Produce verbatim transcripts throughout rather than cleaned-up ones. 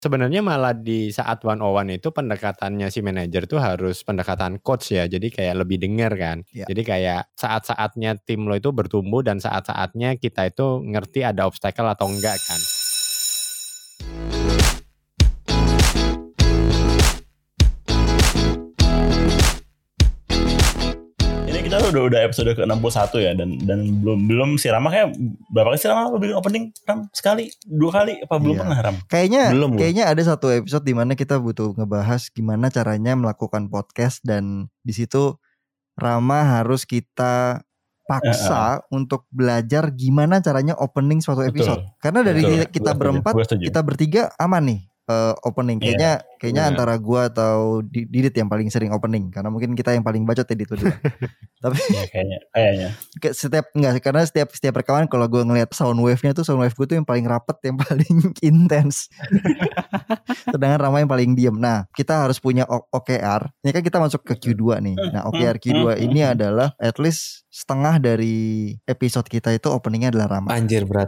Sebenarnya malah di saat one on one itu pendekatannya si manajer tuh harus pendekatan coach ya. Jadi kayak lebih denger kan. Ya. Jadi kayak saat-saatnya tim lo itu bertumbuh dan saat-saatnya kita itu ngerti ada obstacle atau enggak kan. Kita udah udah episode ke enam puluh satu ya, dan dan belum belum si Rama kayak berapa kali si Rama bikin opening? Ram sekali, dua kali apa belum iya. pernah Ram? Kayaknya belum, kayaknya ada satu episode di mana kita butuh ngebahas gimana caranya melakukan podcast, dan di situ Rama harus kita paksa uh-uh. untuk belajar gimana caranya opening suatu episode. Betul. Karena dari Betul. kita berempat, kita bertiga aman nih. Uh, opening kayaknya yeah. kayaknya yeah. antara gua atau Didit yang paling sering opening, karena mungkin kita yang paling bacot ya Didit dulu. Tapi ya, kayaknya kayaknya setiap enggak karena setiap setiap rekaman kalau gua ngelihat sound wave-nya tuh sound wave gua tuh yang paling rapet, yang paling intens. Sedangkan Rama yang paling diem. Nah, kita harus punya O K R. Ini kan kita masuk ke Q dua nih. Nah, O K R Q dua ini adalah at least setengah dari episode kita itu openingnya adalah Rama. Anjir berat.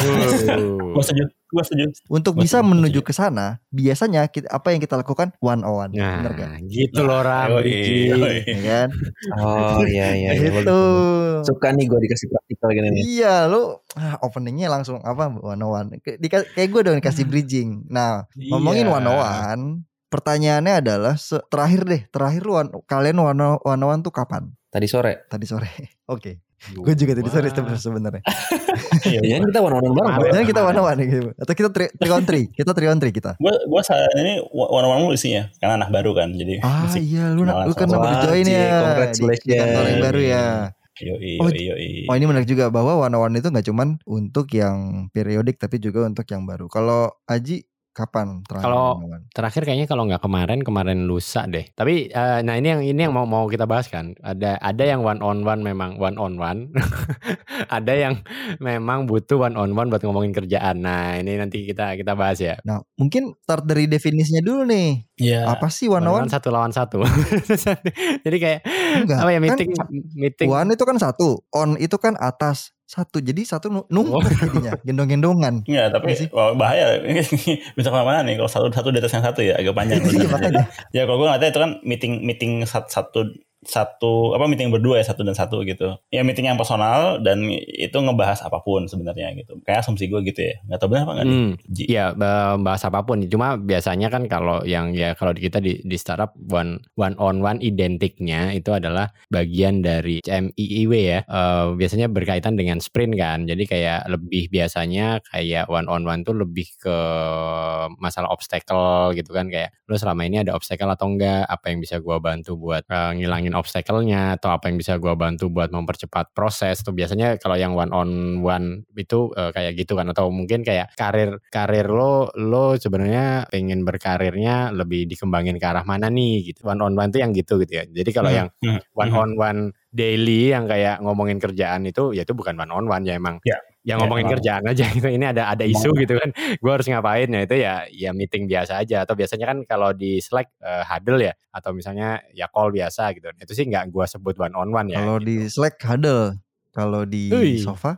Gua setuju. Gua setuju. Untuk gua bisa setuju, menuju ke sana, biasanya kita, apa yang kita lakukan one on one. Nah, bener kan? Gitu loh Ram, ya kan? Oh iya iya. Gitu. Suka nih gue dikasih praktikal gini nih. Iya, lu ah, openingnya langsung apa one on one. Dika- kayak gue dong dikasih bridging. Nah, iya. Ngomongin one on one, pertanyaannya adalah se- terakhir deh, terakhir lu one, kalian one on one tuh kapan? Tadi sore. Tadi sore. Oke. Okay. Gue juga tadi sore sebenarnya. Iya kita one on one bareng. Jangan kita one on one gitu. Atau kita three on three. Kita three on three kita. Gue gue saat ini one on one mulu isinya karena anak baru kan. Jadi ah iya lu lu kan baru join ya. Di kantor yang baru ya. Yoi, oh, yoi, yoi. oh ini menarik juga bahwa one on one itu gak cuman untuk yang periodik tapi juga untuk yang baru. Kalau Aji kapan terakhir? Kalau terakhir kayaknya kalau nggak kemarin kemarin lusa deh. Tapi uh, nah ini yang ini yang mau mau kita bahas kan. Ada ada yang one on one memang one on one. Ada yang memang butuh one on one buat ngomongin kerjaan. Nah ini nanti kita kita bahas ya. Nah mungkin start dari definisinya dulu nih. Yeah. Apa sih one on one? Satu lawan satu. Jadi kayak enggak, apa ya meeting kan, meeting. One itu kan satu, on itu kan atas. Satu, jadi satu numpuk oh. jadinya, gendong-gendongan. Iya, tapi oh, bahaya. Bisa kemana-mana nih kalau satu satu di atas yang satu ya, agak panjang. Ya kalau gue ngeliatnya itu kan meeting meeting satu, satu satu apa meeting berdua ya, satu dan satu gitu. Ya meeting yang personal dan itu ngebahas apapun sebenarnya gitu. Kayak asumsi gue gitu ya. Nggak tahu benar apa nggak hmm, nih? Iya, bahas apapun. Cuma biasanya kan kalau yang ya kalau kita di di startup one one on one identiknya itu adalah bagian dari C M I I W ya. Uh, biasanya berkaitan dengan sprint kan. Jadi kayak lebih biasanya kayak one on one tuh lebih ke masalah obstacle gitu kan, kayak lu selama ini ada obstacle atau enggak, apa yang bisa gua bantu buat uh, ngilangin obstacle-nya, atau apa yang bisa gua bantu buat mempercepat proses. Tuh biasanya kalau yang one on one itu uh, kayak gitu kan, atau mungkin kayak karir karir lo lo sebenarnya pengen berkarirnya lebih dikembangin ke arah mana nih gitu. One on one tuh yang gitu gitu ya. Jadi kalau hmm. yang hmm. one on one daily yang kayak ngomongin kerjaan itu ya itu bukan one on one ya, emang yeah. yang ngomongin yeah, kerjaan aja gitu. Ini ada ada isu gitu kan, gue harus ngapain ya, itu ya ya meeting biasa aja. Atau biasanya kan kalau di Slack uh, huddle ya, atau misalnya ya call biasa gitu. Itu sih nggak gue sebut one on one ya. Kalau gitu. Di Slack huddle, kalau di Ui. Sofa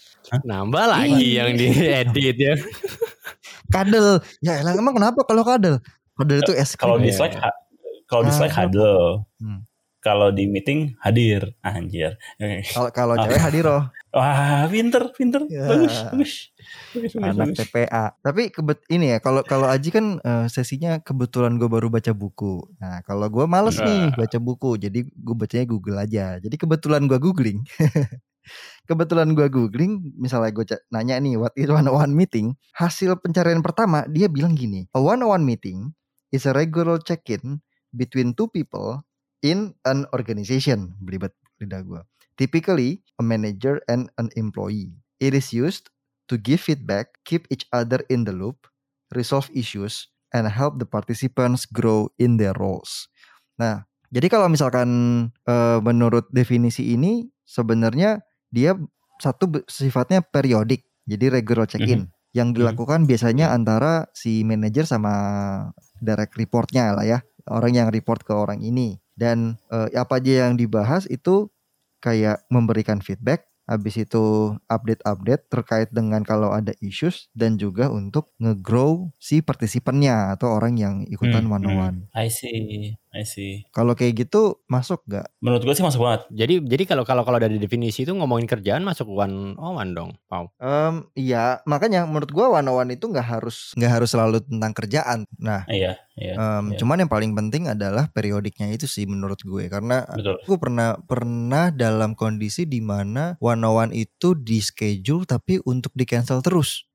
nambah lagi yang di edit ya. Kadel ya emang kenapa kalau kadel? Kadel itu es kalau di Slack ha- kalau di Slack huddle. Hmm. Kalau di meeting hadir, anjir. Kalau kalau cewek hadir loh. Wah, pinter, pinter. Ya. Bagus, bagus. Anak T P A. Tapi kebet ini ya, kalau kalau Aji kan uh, sesinya kebetulan gue baru baca buku. Nah, kalau gue males nah. nih baca buku, jadi gue bacanya Google aja. Jadi kebetulan gue googling. Kebetulan gue googling, misalnya gue c- nanya nih, what is one on one meeting? Hasil pencarian pertama dia bilang gini, a one on one meeting is a regular check-in between two people in an organization. Belibet lidah gue. Typically a manager and an employee. It is used to give feedback, keep each other in the loop, resolve issues, and help the participants grow in their roles. Nah, jadi kalau misalkan uh, menurut definisi ini sebenarnya dia satu sifatnya periodik, jadi regular check-in. Mm-hmm. Yang dilakukan mm-hmm. biasanya antara si manajer sama direct reportnya lah ya, orang yang report ke orang ini. Dan uh, apa aja yang dibahas itu kayak memberikan feedback, habis itu update-update terkait dengan kalau ada issues, dan juga untuk nge-grow si partisipannya atau orang yang ikutan Hmm, one on one. hmm. I see, I see. Kalau kayak gitu masuk gak? Menurut gue sih masuk banget. Jadi jadi kalau kalau kalau dari definisi itu ngomongin kerjaan masuk one on one dong, Pau. Um, iya, makanya menurut gua one on one itu nggak harus nggak harus selalu tentang kerjaan. Nah, Iya, iya. um, iya. cuman yang paling penting adalah periodiknya itu sih menurut gue, karena Betul. gue pernah pernah dalam kondisi di mana one on one itu di schedule tapi untuk di cancel terus.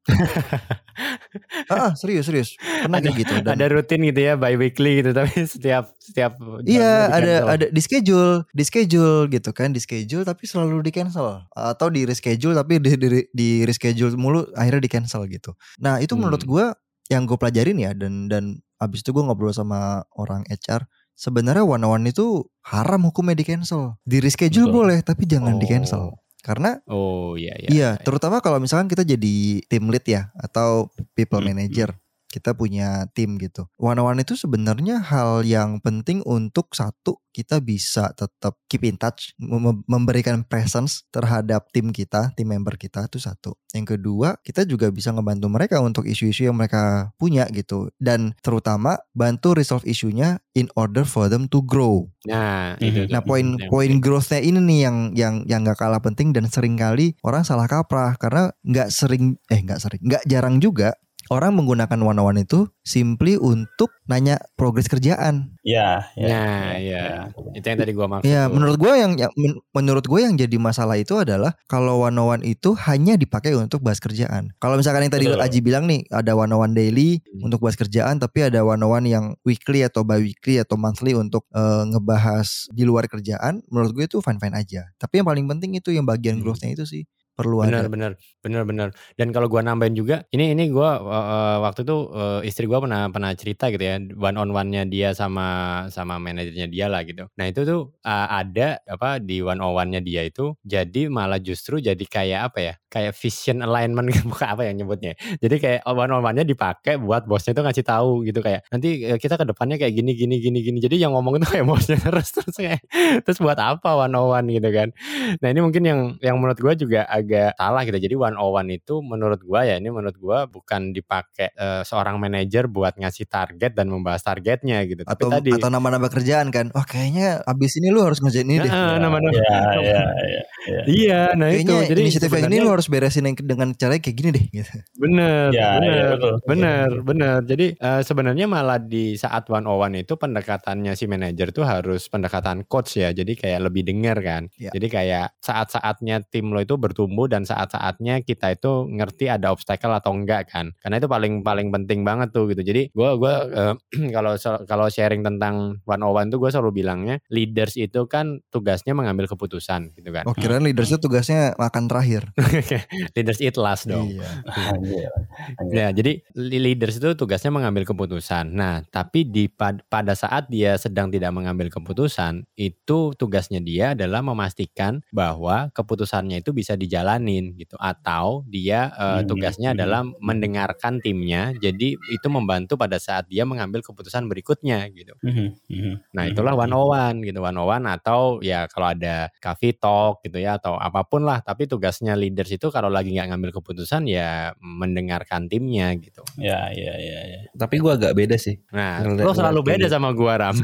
Ah, serius serius pernah Ada, kayak gitu. Dan ada rutin gitu ya, bi-weekly gitu, tapi setiap setiap iya, jamnya ada di-cancel. ada di schedule, di schedule gitu kan, di schedule tapi selalu di cancel, atau di reschedule tapi di di, di reschedule mulu akhirnya di cancel gitu. Nah, itu menurut Hmm. gue yang gue pelajarin ya, dan dan abis itu gue ngobrol sama orang H R, sebenarnya one on one itu haram hukumnya di cancel. Di reschedule Betul. boleh tapi jangan di cancel. Oh. Karena Oh iya iya. iya, terutama kalau misalkan kita jadi team lead ya atau people Hmm, manager, kita punya tim gitu. One on one itu sebenarnya hal yang penting untuk satu, kita bisa tetap keep in touch, mem- memberikan presence terhadap tim kita, tim member kita, itu satu. Yang kedua, kita juga bisa ngebantu mereka untuk isu-isu yang mereka punya gitu, dan terutama bantu resolve isunya in order for them to grow. Nah, Mhm. itu tuh. Nah, poin Yang- poin growth-nya ini nih yang yang yang nggak kalah penting, dan seringkali orang salah kaprah karena nggak sering eh nggak sering nggak jarang juga orang menggunakan one on one itu simply untuk nanya progres kerjaan. Ya, ya. Nah, ya, iya. ya. Itu yang tadi gua maksud. Ya, tuh. menurut gue yang, yang men- menurut gue yang jadi masalah itu adalah kalau one on one itu hanya dipakai untuk bahas kerjaan. Kalau misalkan yang tadi Betul. Aji bilang nih, ada one on one daily Hmm. untuk bahas kerjaan, tapi ada one on one yang weekly atau bi-weekly atau monthly untuk eh, ngebahas di luar kerjaan, menurut gue itu fine-fine aja. Tapi yang paling penting itu yang bagian Hmm. growth-nya itu sih perlu Benar ada. benar benar benar. Dan kalau gua nambahin juga, ini ini gua uh, waktu itu uh, istri gua pernah pernah cerita gitu ya, one on one-nya dia sama sama manajernya dia lah gitu. Nah, itu tuh uh, ada apa di one on one-nya dia itu jadi malah justru jadi kayak apa ya? Kayak vision alignment bukan apa yang nyebutnya. Jadi kayak one on one-nya dipakai buat bosnya itu ngasih tahu gitu, kayak nanti uh, kita ke depannya kayak gini gini gini gini. Jadi yang ngomong itu kayak bosnya terus terus kayak terus buat apa one on one gitu kan. Nah, ini mungkin yang yang menurut gua juga agak salah gitu. Jadi one on one itu menurut gua ya, ini menurut gua bukan dipakai uh, seorang manajer buat ngasih target dan membahas targetnya gitu. Tapi Atau tadi atau nama-nama kerjaan kan. Oh, kayaknya abis ini lu harus ngerjain ini deh. Nah, nama-nama. Ya, ya, ya, ya. Iya, nah itu. Kayaknya Jadi inisiatif yang ini sebenarnya lu harus beresin yang dengan cara kayak gini deh gitu. bener, Ya, bener, ya, betul. bener, bener. Jadi uh, sebenarnya malah di saat one on one itu pendekatannya si manajer tuh harus pendekatan coach ya. Jadi kayak lebih denger kan. Ya. Jadi kayak saat-saatnya tim lo itu bertumbuh dan saat-saatnya kita itu ngerti ada obstacle atau enggak kan. Karena itu paling paling penting banget tuh gitu. Jadi gue gua uh, kalau kalau sharing tentang one on one tuh gue selalu bilangnya leaders itu kan tugasnya mengambil keputusan gitu kan. Oh, kirain leadersnya tugasnya makan terakhir. Leaders eat last dong. Iya. Anjir, anjir. Ya, jadi leaders itu tugasnya mengambil keputusan. Nah, tapi di pad, pada saat dia sedang tidak mengambil keputusan, itu tugasnya dia adalah memastikan bahwa keputusannya itu bisa dijalanin gitu. Atau dia uh, Hmm, tugasnya hmm, adalah hmm. mendengarkan timnya. Jadi itu membantu pada saat dia mengambil keputusan berikutnya gitu. Mhm, mhm, Nah, mhm, itulah one mhm. on one gitu, one on one atau ya kalau ada coffee talk gitu ya atau apapun lah. Tapi tugasnya leaders itu kalau lagi nggak ngambil keputusan ya mendengarkan timnya gitu. Ya, ya, ya, ya. Tapi gue agak beda sih. Nah, Ngeliat- lo selalu ngeliat beda ini. sama gua, Ram.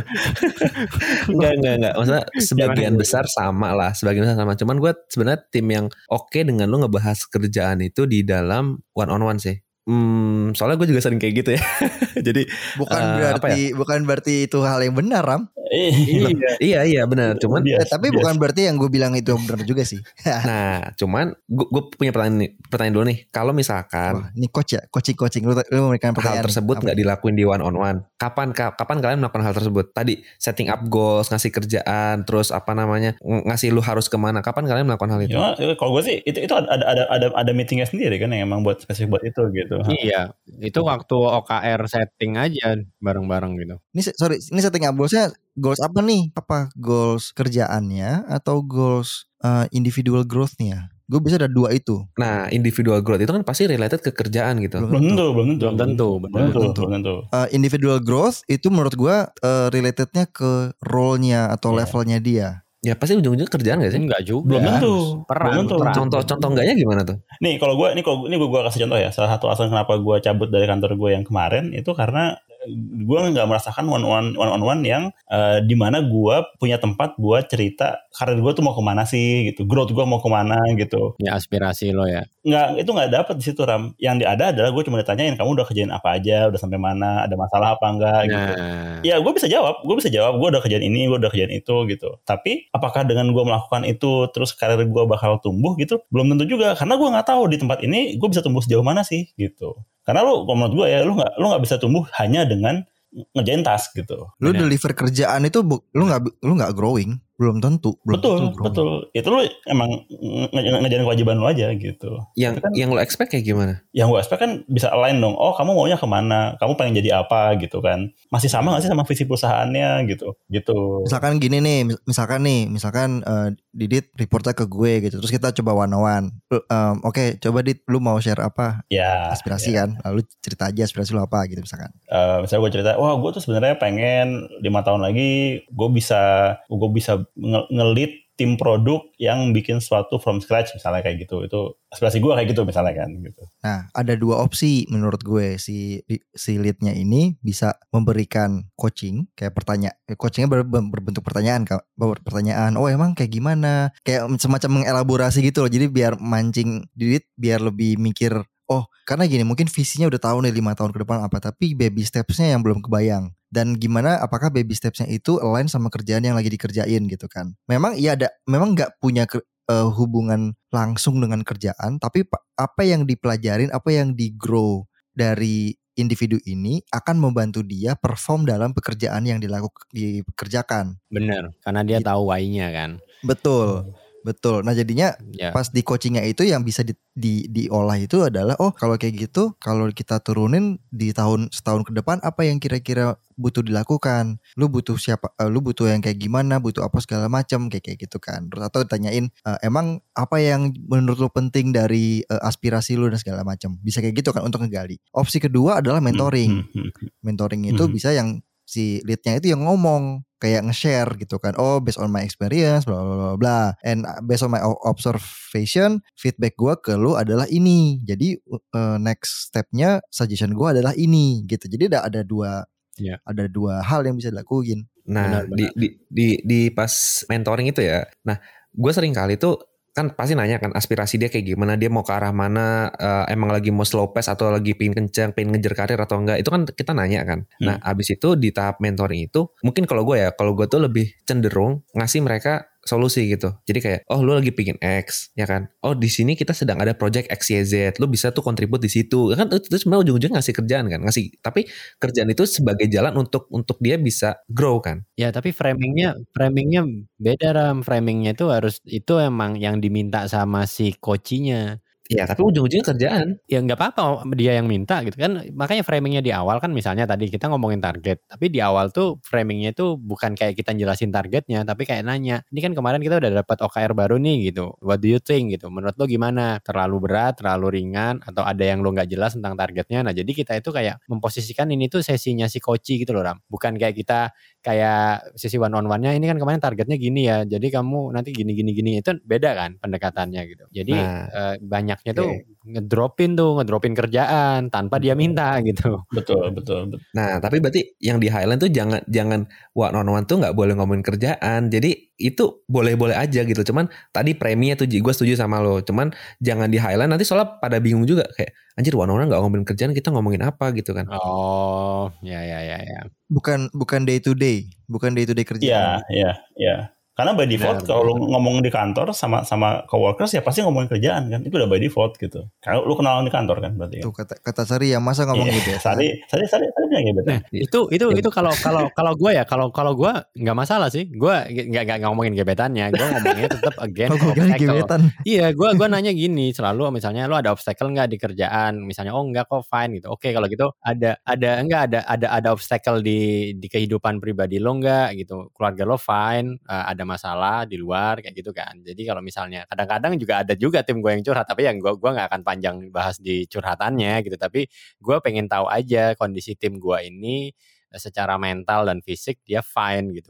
Enggak, enggak, enggak. Maksudnya sebagian Gimana? besar sama lah. Sebagian besar sama. Cuman gue sebenarnya tim yang oke dengan lu ngebahas kerjaan itu di dalam one on one sih. Hmm, soalnya gue juga sering kayak gitu ya. Jadi Bukan Eh, berarti bukan berti itu hal yang benar, Ram. Iya. iya iya benar. Cuman Eh, Bias, tapi bias. bukan berarti yang gue bilang itu benar juga sih. nah, cuman gue punya pertanyaan nih, pertanyaan dulu nih. Kalau misalkan Wah, ini coach ya, coaching-coaching. Lu, lu memberikan hal pertanyaan tersebut nih. nggak dilakuin di one on one, kapan ka- kapan kalian melakukan hal tersebut? Tadi setting up goals, ngasih kerjaan, terus apa namanya ng- ngasih lu harus kemana? Kapan kalian melakukan hal itu? Ya, kalau gue sih itu itu ada ada ada ada meetingnya sendiri kan yang emang buat spesifik buat itu gitu. Iya, itu waktu O K R setting aja bareng-bareng gitu. Ini se- sorry, ini setting up goalsnya goals apa nih? Apa goals kerjaannya atau goals uh, individual growth-nya? Gue bisa ada dua itu. Nah, individual growth itu kan pasti related ke kerjaan gitu. Belum Belum tentu, belum tentu. Belum tentu, belum benar. tentu, Belum tentu. belum tentu. Uh, individual growth itu menurut gue uh, relatednya ke role-nya atau Iya. levelnya dia. Ya pasti ujung-ujungnya kerjaan gak sih? Enggak juga. Belum tentu. Perang. Belum tentu. perang. Contoh-contoh enggaknya gimana tuh? Nih kalau gue, ini kalau ini gue kasih contoh ya. Salah satu alasan kenapa gue cabut dari kantor gue yang kemarin itu karena gue nggak merasakan one on one on one yang uh, di mana gue punya tempat buat cerita karir gue tuh mau kemana sih gitu, growth gue mau kemana gitu. Ya aspirasi lo ya. Nggak, itu nggak dapet di situ Ram. Yang ada adalah gue cuma ditanyain kamu udah kerjain apa aja, udah sampai mana, ada masalah apa enggak Nah. gitu. Ya gue bisa jawab, gue bisa jawab, gue udah kerjain ini, gue udah kerjain itu gitu. Tapi apakah dengan gue melakukan itu terus karir gue bakal tumbuh gitu? Belum tentu juga, karena gue nggak tahu di tempat ini gue bisa tumbuh sejauh mana sih gitu. Karena lu, menurut gue ya, lu nggak lu nggak bisa tumbuh hanya dengan ngerjain task gitu. Lu Bener. deliver kerjaan itu bu, lu nggak lu nggak growing, belum tentu. Belum Betul, tentu growing. betul. Itu lu emang nge- ngejalan kewajiban lu aja gitu. Yang Kan, yang lo expect kayak gimana? yang gue expect kan bisa align dong. Oh, kamu maunya kemana? Kamu pengen jadi apa gitu kan? Masih sama nggak sih sama visi perusahaannya gitu? Gitu. Misalkan gini nih, mis- misalkan nih, misalkan uh, Didit reportnya ke gue gitu, terus kita coba one on one. Lu, um, Oke, coba Dit, lu mau share apa? Ya. Aspirasi ya. kan, lalu cerita aja aspirasi lu apa gitu misalkan. Uh, misalnya gue cerita, wah gue tuh sebenarnya pengen lima tahun lagi gue bisa gue bisa nge- nge-lead tim produk yang bikin sesuatu from scratch misalnya kayak gitu. Itu aspirasi gue kayak gitu misalnya kan gitu. Nah, ada dua opsi menurut gue. Si si leadnya ini bisa memberikan coaching kayak pertanyaan, coachingnya ber, berbentuk pertanyaan, pertanyaan. Oh emang kayak gimana? Kayak semacam mengelaborasi gitu loh. Jadi biar mancing Didit, biar lebih mikir. Oh, karena gini, mungkin visinya udah tahu nih lima tahun ke depan apa, tapi baby steps-nya yang belum kebayang. Dan gimana, apakah baby steps-nya itu align sama kerjaan yang lagi dikerjain gitu kan. Memang iya ada, memang gak punya ke, uh, hubungan langsung dengan kerjaan, tapi apa yang dipelajarin, apa yang di-grow dari individu ini akan membantu dia perform dalam pekerjaan yang dilakukan, dikerjakan. Bener, karena dia Gitu. tahu why-nya kan. Betul. Betul. Nah jadinya Ya. pas di coachingnya itu yang bisa di, di, diolah itu adalah oh kalau kayak gitu, kalau kita turunin di tahun setahun ke depan apa yang kira-kira butuh dilakukan. Lu butuh siapa? Uh, lu butuh yang kayak gimana? Butuh apa segala macam kayak kayak gitu kan. Terus atau ditanyain uh, emang apa yang menurut lu penting dari uh, aspirasi lu dan segala macam. Bisa kayak gitu kan untuk ngegali. Opsi kedua adalah mentoring. Hmm, hmm, hmm. Mentoring itu Hmm. bisa yang si leadnya itu yang ngomong kayak nge-share gitu kan. Oh based on my experience bla bla bla bla. And based on my observation, feedback gue ke lu adalah ini. Jadi uh, next stepnya suggestion gue adalah ini gitu. Jadi ada ada dua Ya. ada dua hal yang bisa dilakuin. Nah, Benar, di, di di di pas mentoring itu ya. Nah, gue sering kali tuh kan pasti nanya kan aspirasi dia kayak gimana, dia mau ke arah mana, uh, emang lagi mau slow pace atau lagi pengen kencang, pengen ngejar karir atau enggak, itu kan kita nanya kan. Hmm. Nah abis itu di tahap mentoring itu mungkin kalau gue ya, kalau gue tuh lebih cenderung ngasih mereka solusi gitu. Jadi kayak, oh lu lagi pingin X, ya kan? Oh di sini kita sedang ada project X Y Z, lu bisa tuh kontribut di situ. Kan itu sebenarnya ujung-ujungnya ngasih kerjaan kan, ngasih. Tapi kerjaan itu sebagai jalan untuk untuk dia bisa grow kan. Ya tapi framingnya framingnya beda Ram. Framingnya itu harus itu emang yang diminta sama si coachnya. Ya tapi ujung-ujungnya kerjaan. Ya nggak apa-apa dia yang minta gitu kan. Makanya framingnya di awal kan misalnya tadi kita ngomongin target. Tapi di awal tuh framingnya tuh bukan kayak kita jelasin targetnya. Tapi kayak nanya. Ini kan kemarin kita udah dapat O K R baru nih gitu. What do you think gitu. Menurut lo gimana? Terlalu berat, terlalu ringan. Atau ada yang lo gak jelas tentang targetnya. Nah jadi kita itu kayak memposisikan ini tuh sesinya si coach gitu loh Ram. Bukan kayak kita kayak sesi one on one-nya. Ini kan kemarin targetnya gini ya. Jadi kamu nanti gini-gini-gini. Itu beda kan pendekatannya gitu. Jadi nah, eh, banyak nya tuh okay. ngedropin tuh ngedropin kerjaan tanpa dia minta gitu. Betul, betul, betul. Nah, tapi berarti yang di highlight tuh jangan jangan one on one tuh nggak boleh ngomongin kerjaan. Jadi itu boleh-boleh aja gitu. Cuman tadi preminya tuh gue setuju sama lo. Cuman jangan di highlight nanti soalnya pada bingung juga kayak anjir one on one nggak ngomongin kerjaan kita ngomongin apa gitu kan. Oh, ya ya ya ya. Bukan bukan day to day, bukan day to day kerjaan. Iya, iya, iya. Karena by default nah, kalau lu ngomong di kantor sama sama coworkers ya pasti ngomongin kerjaan kan. Itu udah by default gitu. Kalau lu kenalan di kantor kan berarti. Tuh kata kata Sari ya masa ngomong yeah, gitu ya. Sari Sari Sari Sari bilang gitu. Nah, itu itu itu kalau kalau kalau gue ya kalau kalau gue nggak masalah sih. Gue nggak nggak ngomongin gebetannya. Gue ngomongnya tetap against obstacle. Iya, gue gue nanya gini selalu misalnya lu ada obstacle nggak di kerjaan? Misalnya oh enggak kok fine gitu. Oke kalau gitu ada ada enggak ada ada ada obstacle di di kehidupan pribadi lo enggak gitu. Keluarga lo fine, uh, ada masalah di luar kayak gitu kan. Jadi kalau misalnya kadang-kadang juga ada juga tim gue yang curhat, tapi yang gue gue nggak akan panjang bahas di curhatannya gitu. Tapi gue pengen tahu aja kondisi tim gue ini secara mental dan fisik dia fine gitu.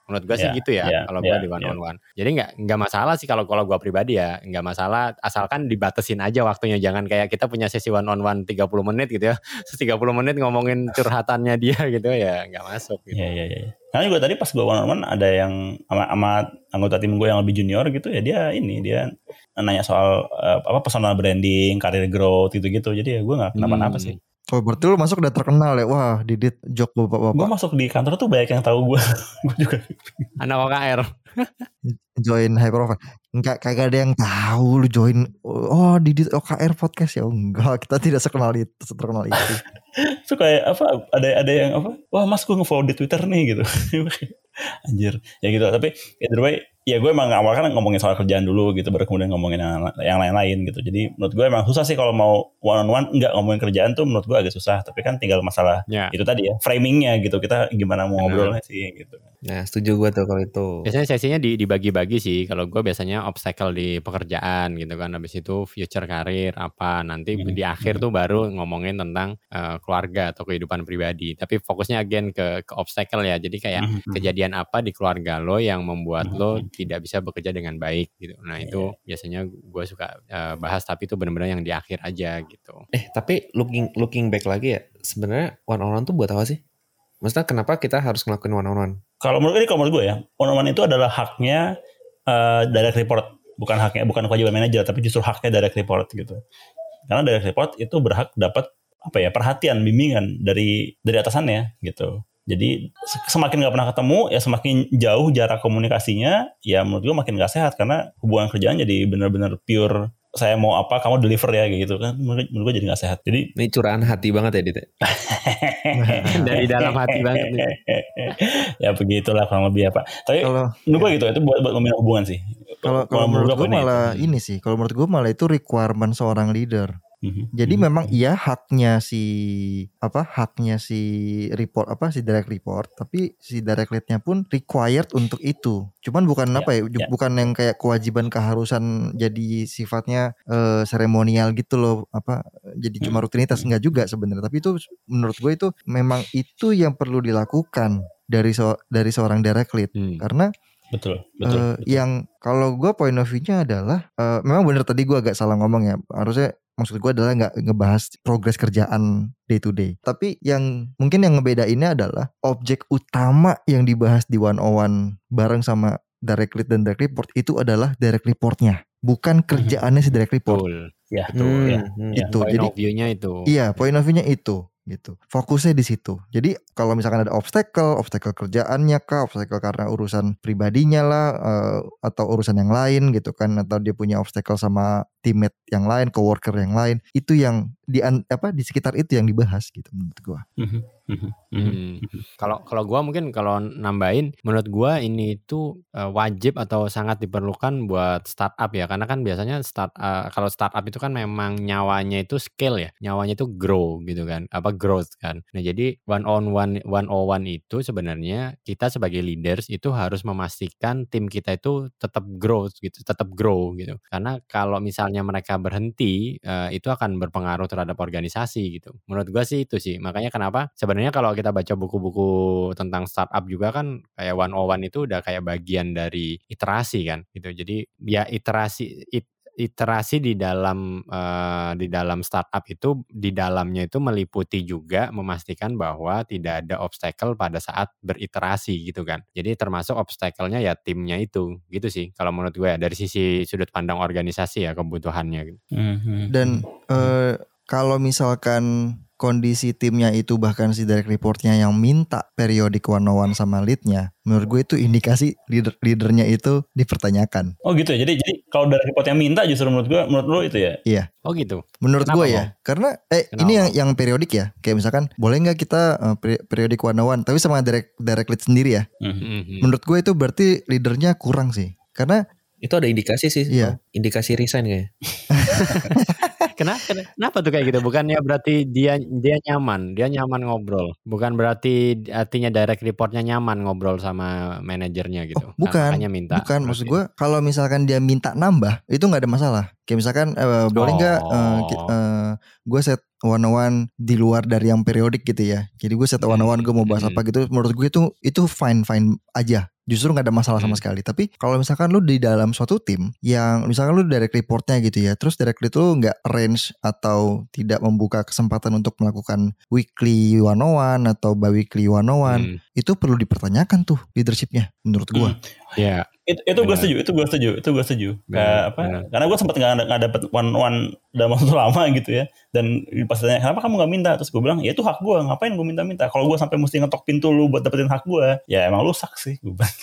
Menurut gue yeah, sih gitu ya. yeah, kalau yeah, gue di one yeah. on one. Jadi nggak nggak masalah sih kalau kalau gue pribadi ya, nggak masalah asalkan dibatesin aja waktunya. Jangan kayak kita punya sesi one on one tiga puluh menit gitu ya. tiga puluh menit ngomongin curhatannya dia gitu ya, nggak masuk gitu. Iya, iya, iya. Karena juga tadi pas gue one on one ada yang sama, sama anggota tim gue yang lebih junior gitu ya, dia ini dia nanya soal uh, apa personal branding, career growth gitu-gitu. Jadi ya gue nggak kenapa-napa Hmm. sih. Oh berarti lu masuk udah terkenal ya. Wah Didit jok bapak-bapak. Gue masuk di kantor tuh banyak yang tahu gue. Gue juga Anak O K R. Join Hyperofan. Enggak, kagak ada yang tahu lu join. Oh Didit O K R podcast ya. Enggak, kita tidak sekenal itu, seterkenal itu. So kayak apa, ada ada yang apa, wah mas gue nge-follow di Twitter nih gitu. Anjir ya gitu. Tapi either way ya gue emang awal kan ngomongin soal kerjaan dulu gitu, baru kemudian ngomongin yang, yang lain-lain gitu. Jadi menurut gue emang susah sih kalau mau one on one enggak ngomongin kerjaan tuh, menurut gue agak susah. Tapi kan tinggal masalah Ya. itu tadi ya, framingnya gitu, kita gimana mau ngobrolnya sih gitu. Nah setuju gue tuh kalau itu. Biasanya sesinya di, dibagi-bagi sih. Kalau gue biasanya obstacle di pekerjaan gitu kan. Habis itu future karir apa. Nanti Hmm. di akhir tuh baru ngomongin tentang uh, keluarga atau kehidupan pribadi. Tapi fokusnya again ke, ke obstacle ya. Jadi kayak Hmm. kejadian apa di keluarga lo yang membuat Hmm. lo tidak bisa bekerja dengan baik gitu. Nah itu biasanya gue suka uh, bahas, tapi itu benar-benar yang di akhir aja gitu. Eh tapi looking looking back lagi ya, sebenarnya one on one tuh buat apa sih? Maksudnya kenapa kita harus ngelakuin one on one? Kalau menurut ini, kalau menurut gue ya, one on one itu adalah haknya uh, direct report, bukan haknya, bukan kewajiban manajer, tapi justru haknya direct report gitu. Karena direct report itu berhak dapat apa ya, perhatian, bimbingan dari dari atasannya gitu. Jadi semakin nggak pernah ketemu ya semakin jauh jarak komunikasinya, ya menurut gue makin nggak sehat, karena hubungan kerjaan jadi benar-benar pure saya mau apa kamu deliver ya gitu kan, menurut, menurut gue jadi nggak sehat. Jadi ini curahan hati banget ya Dit. Dari dalam hati banget nih. Ya begitulah kurang lebih apa. Tapi Kalau menurut gue gitu itu buat buat membina hubungan sih. kalau kalau menurut gue ini malah itu. ini sih. Kalau menurut gue malah itu requirement seorang leader. Mhm. Jadi Mhm. memang iya haknya si apa haknya si report apa si direct report, tapi si direct lead-nya pun required untuk itu. Cuman bukan Ya, apa ya, ya. bukan yang kayak kewajiban keharusan jadi sifatnya eh, seremonial gitu loh, apa jadi cuma Hmm. rutinitas, enggak juga sebenarnya. Tapi itu menurut gue itu memang itu yang perlu dilakukan dari so, dari seorang direct lead. Hmm. Karena Betul, betul, eh, betul. yang kalau gue point of view-nya adalah eh, memang benar tadi gue agak salah ngomong ya. Harusnya maksud gue adalah nggak ngebahas progres kerjaan day to day. Tapi yang mungkin yang ngebedainnya adalah objek utama yang dibahas di one on one bareng sama direct lead dan direct report itu adalah direct reportnya, bukan kerjaannya si direct report. Betul. Ya, Betul. Hmm, ya. hmm. Ya. Itu Point jadi of view-nya itu. iya point of view-nya itu gitu. Fokusnya di situ. Jadi kalau misalkan ada obstacle, obstacle kerjaannya kah, obstacle karena urusan pribadinya lah, uh, atau urusan yang lain gitu kan, atau dia punya obstacle sama teammate yang lain, coworker yang lain, itu yang di apa di sekitar itu yang dibahas gitu menurut gua. Mhm, mhm, mhm. Hmm. Kalau kalau gua mungkin kalau nambahin, menurut gua ini itu uh, wajib atau sangat diperlukan buat startup ya, karena kan biasanya start uh, kalau startup itu kan memang nyawanya itu scale ya, nyawanya itu grow gitu kan, apa growth kan. Nah jadi one on one one on one itu sebenarnya kita sebagai leaders itu harus memastikan tim kita itu tetap growth gitu, tetap grow gitu. Karena kalau misalnya mereka berhenti, uh, itu akan berpengaruh terhadap organisasi gitu. Menurut gua sih itu sih. Makanya kenapa sebenarnya kalau kita baca buku-buku tentang startup juga kan kayak one on one itu udah kayak bagian dari iterasi kan gitu. Jadi ya iterasi it, iterasi di dalam uh, di dalam startup itu di dalamnya itu meliputi juga memastikan bahwa tidak ada obstacle pada saat beriterasi gitu kan. Jadi termasuk obstacle-nya ya timnya itu gitu sih kalau menurut gue ya, dari sisi sudut pandang organisasi ya kebutuhannya gitu. Mhm. Dan eh, kalau misalkan kondisi timnya itu bahkan si direct reportnya yang minta periodik one on one sama leadnya, menurut gue itu indikasi leader leadernya itu dipertanyakan. Oh gitu ya. Jadi jadi kalau dari report yang minta justru menurut gue, menurut lo itu ya? Iya. Oh gitu. Menurut Kenapa, gue Bang? ya, karena eh Kenapa? ini yang yang periodik ya, kayak misalkan boleh nggak kita uh, periodik one on one, tapi sama direct direct lead sendiri ya. Mhm. Mhm. Menurut gue itu berarti leadernya kurang sih, karena Itu ada indikasi sih, Iya. indikasi resign kayaknya. Kenapa, kenapa tuh kayak gitu? Bukannya berarti dia dia nyaman, dia nyaman ngobrol. Bukan berarti artinya direct reportnya nyaman ngobrol sama manajernya gitu. oh, bukan, Makanya minta. bukan berarti. maksud gue kalau misalkan dia minta nambah itu nggak ada masalah. Kayak misalkan eh, boleh nggak uh, Oh. uh, gue set one on one di luar dari yang periodik gitu ya. Jadi gue set one on one gue mau bahas Hmm. apa gitu. Menurut gue itu itu fine fine aja justru nggak ada masalah sama Hmm. sekali. Tapi kalau misalkan lu di dalam suatu tim yang misalkan lu direct reportnya gitu ya, terus direct report lu nggak arrange atau tidak membuka kesempatan untuk melakukan weekly one on one atau bi-weekly one on one, Hmm. itu perlu dipertanyakan tuh leadershipnya menurut gua. Hmm. Ya, Itu, itu gue Benar. setuju, itu gue setuju, itu gue setuju. Benar, Kayak apa? benar. Karena gue sempat nggak nggak dapet one one dalam waktu lama gitu ya. Dan pas ditanya kenapa kamu nggak minta, terus gue bilang ya itu hak gue, ngapain gue minta-minta? Kalau gue sampai mesti ngetok pintu lu buat dapetin hak gue, ya emang lu sak sih, gue bilang.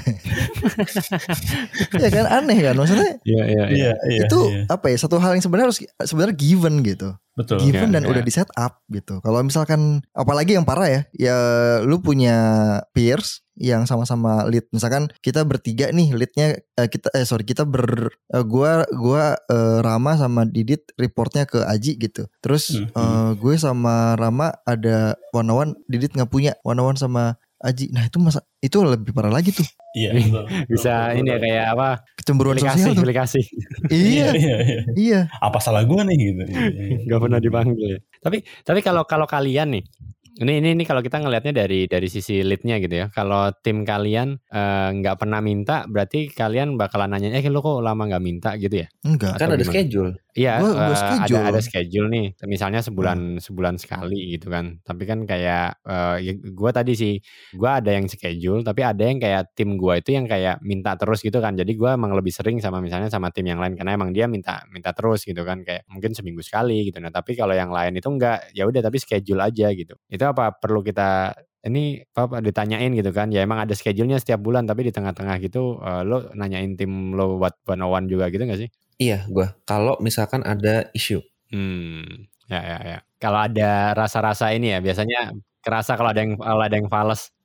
Ya kan aneh kan maksudnya. iya, iya, iya. iya, itu iya. apa ya, satu hal yang sebenarnya harus sebenarnya given gitu. Betul. Given Ya, dan ya. udah di set up gitu. Kalau misalkan apalagi yang parah ya, ya lu punya peers yang sama-sama lead. Misalkan kita bertiga nih leadnya eh, kita eh sorry kita ber eh, gua gua eh, Rama sama Didit reportnya ke Aji gitu. Terus Hmm, eh, gue sama Rama ada one on one, Didit nggak punya one on one sama Aji. Nah itu masa itu lebih parah lagi tuh. Iya, betul. Bisa Betul, ini ya betul. kayak apa? Kecemburuan Aplikasi, sosial tuh. aplikasi. Iya, iya, iya. iya. Apa salah gue nih gitu. Iya, iya. Gak pernah dipanggil ya. Tapi tapi kalau kalau kalian nih, ini ini ini kalau kita ngelihatnya dari dari sisi leadnya gitu ya. Kalau tim kalian eh, nggak pernah minta, berarti kalian bakalan nanya, eh lo kok lama nggak minta gitu ya? Enggak. Kan Atau ada gimana? schedule. Iya, Gua- gua eh, schedule. ada ada schedule nih. Misalnya sebulan sebulan sekali gitu kan. Tapi kan kayak eh, ya gue tadi sih, gue ada yang schedule, tapi ada yang kayak tim gue itu yang kayak minta terus gitu kan. Jadi gue emang lebih sering sama misalnya sama tim yang lain karena emang dia minta minta terus gitu kan, kayak mungkin seminggu sekali gitu. Nah tapi kalau yang lain itu enggak, ya udah tapi schedule aja gitu. Itu apa perlu kita ini apa ditanyain gitu kan? Ya emang ada schedule-nya setiap bulan, tapi di tengah-tengah gitu eh, lo nanyain tim lo buat one on one juga gitu nggak sih? Iya, gue. Kalau misalkan ada isu. Hmm, ya ya ya. Kalau ada rasa-rasa ini ya biasanya kerasa kalau ada yang kalau ada yang fales.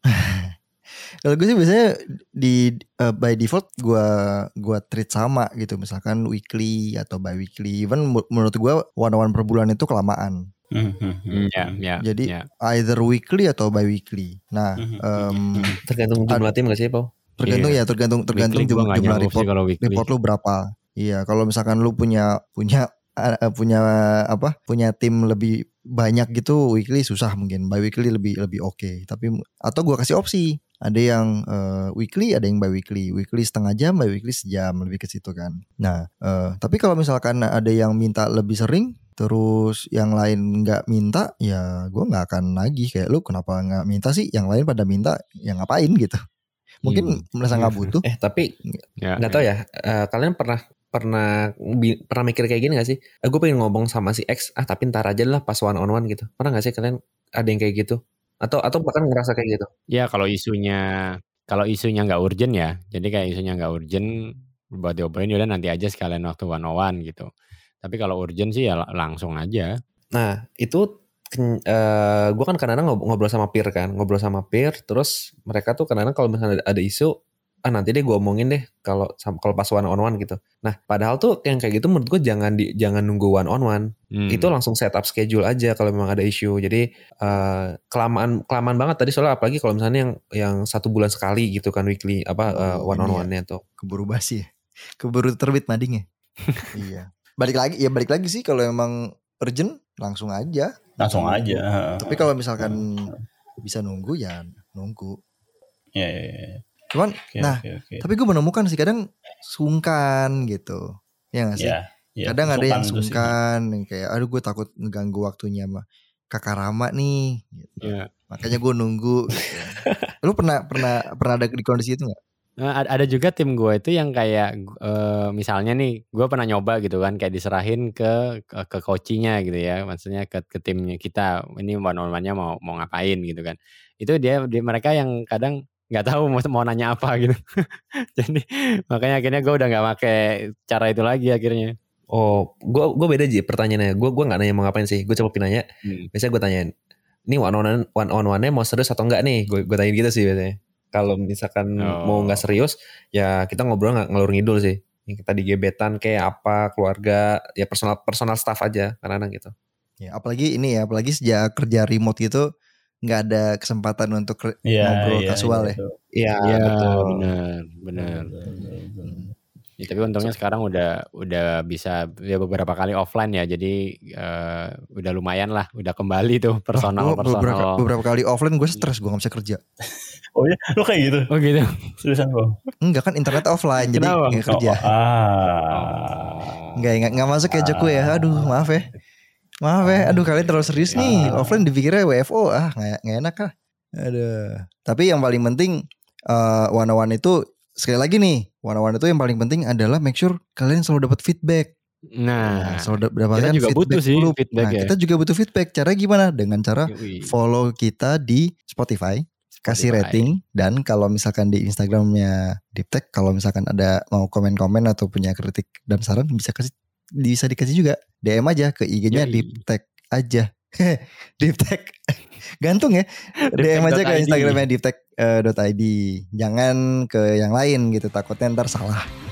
Kalau gue sih biasanya di uh, by default gue gua treat sama gitu, misalkan weekly atau bi-weekly. Even mu- menurut gue one on one per bulan itu kelamaan. Hmm, hmm, hmm, Hmm, ya hmm. ya. Jadi ya. either weekly atau bi-weekly. Nah, Mhm, em, mhm. Tergantung jumlah tim gak sih, Pau? tergantung Iya. ya tergantung tergantung Weekly gua jum- nggak jumlah nyanggup sih report kalau weekly. report lu berapa. Iya, kalau misalkan lu punya punya uh, punya apa? Punya tim lebih banyak gitu, weekly susah mungkin. Bi-weekly lebih lebih oke. Tapi atau gua kasih opsi. Ada yang uh, weekly, ada yang bi-weekly. Weekly setengah jam, bi-weekly sejam, lebih ke situ kan. Nah, uh, tapi kalau misalkan ada yang minta lebih sering, terus yang lain nggak minta, ya gue nggak akan nagih kayak lu kenapa nggak minta sih? Yang lain pada minta, ya ngapain gitu? Mungkin Hmm. merasa nggak butuh. Eh tapi Ya, nggak tahu ya. eh, kalian pernah pernah bi- pernah mikir kayak gini gak sih? Eh, gue pengen ngomong sama si X, ah tapi ntar aja lah pas one on one gitu. Pernah gak sih kalian ada yang kayak gitu? Atau atau bahkan ngerasa kayak gitu? ya kalau isunya kalau isunya nggak urgent ya. Jadi kayak isunya nggak urgent buat diobrolin udah nanti aja sekalian waktu one on one gitu. Tapi kalau urgent sih ya la- langsung aja. Nah itu uh, gue kan kadang-kadang ngob- ngobrol sama peer kan, ngobrol sama peer, terus mereka tuh kadang-kadang kalau misalnya ada, ada isu, ah nanti deh gue omongin deh kalau sam- kalau pas one on one gitu. Nah padahal tuh yang kayak gitu menurut gue jangan di, jangan nunggu one on one, Hmm. itu langsung set up schedule aja kalau memang ada isu. Jadi uh, kelamaan kelamaan banget tadi soalnya apalagi kalau misalnya yang yang satu bulan sekali gitu kan weekly apa uh, Oh, one on ini ya. one-nya tuh. Keburu basi ya. Keburu terbit madingnya. Iya. Balik lagi ya balik lagi sih kalau emang urgent langsung aja. Langsung aja. Tapi kalau misalkan bisa nunggu ya nunggu. Iya, iya, iya. Cuman Oke, nah, oke, oke. tapi gue menemukan sih kadang sungkan gitu. Ya gak sih? Iya, iya. Kadang ada yang Sungkan itu sih. sungkan yang kayak aduh gue takut ngeganggu waktunya sama Kakak Rama nih gitu. Ya. Makanya gue nunggu gitu. Lu pernah pernah pernah ada di kondisi itu gak? Nah, ada ada juga tim gue itu yang kayak eh, misalnya nih gue pernah nyoba gitu kan kayak diserahin ke ke, ke coachnya gitu ya, maksudnya ke, ke timnya kita ini one on one-nya mau mau ngapain gitu kan. Itu dia, dia mereka yang kadang nggak tahu mau, mau nanya apa gitu. Jadi makanya akhirnya gue udah nggak pakai cara itu lagi akhirnya. Oh, gue gue beda Ji pertanyaannya. Gue gue nggak nanya mau ngapain sih. Gue coba nanya. Hmm. Biasanya gue tanyain, ini one on one one on one-nya mau serius atau enggak nih? Gue gue tanyain gitu sih biasanya. Kalau misalkan Oh. mau nggak serius, ya kita ngobrol nggak ngelur ngidul sih. Yang kita di gebetan kayak apa, keluarga, ya personal personal staff aja kadang-kadang gitu. Ya, apalagi ini ya, apalagi sejak kerja remote gitu nggak ada kesempatan untuk ke- Iya, ngobrol iya, kasual iya, ya. betul. Iya Iya betul. benar benar. Betul, betul, betul. Ya, tapi untungnya sekarang udah udah bisa ya beberapa kali offline ya, jadi eh, udah lumayan lah, udah kembali tuh personal Wah, gua beberapa, personal. beberapa kali offline gue stres, gue nggak bisa kerja. Oh iya, lu kayak gitu? Oh gitu. Seriusan bang? Enggak kan internet offline jadi Kenapa? nggak kerja. Oh, ah. Enggak enggak enggak masuk ya Joko ya. Aduh maaf ya. Maaf ya. Aduh kalian terlalu serius nih. Offline dipikirnya W F O ah nggak nggak enak ah. Aduh. Tapi yang paling penting uh, one on one itu sekali lagi nih one on one itu yang paling penting adalah make sure kalian selalu dapat feedback. Nah, Nah, selalu dapatkan kita juga feedback butuh sih dulu. feedback Nah, ya. kita juga butuh feedback. Cara gimana? Dengan cara Yui. follow kita di Spotify, kasih Spotify. rating, dan kalau misalkan di Instagramnya Deep Tech, kalau misalkan ada mau komen-komen atau punya kritik dan saran bisa kasih bisa dikasih juga D M aja ke I G-nya Yoi. Deep Tech aja. Deep Tech gantung ya. D M aja ke deeptech.id. Instagramnya deeptech dot I D. Jangan ke yang lain gitu, takutnya ntar salah.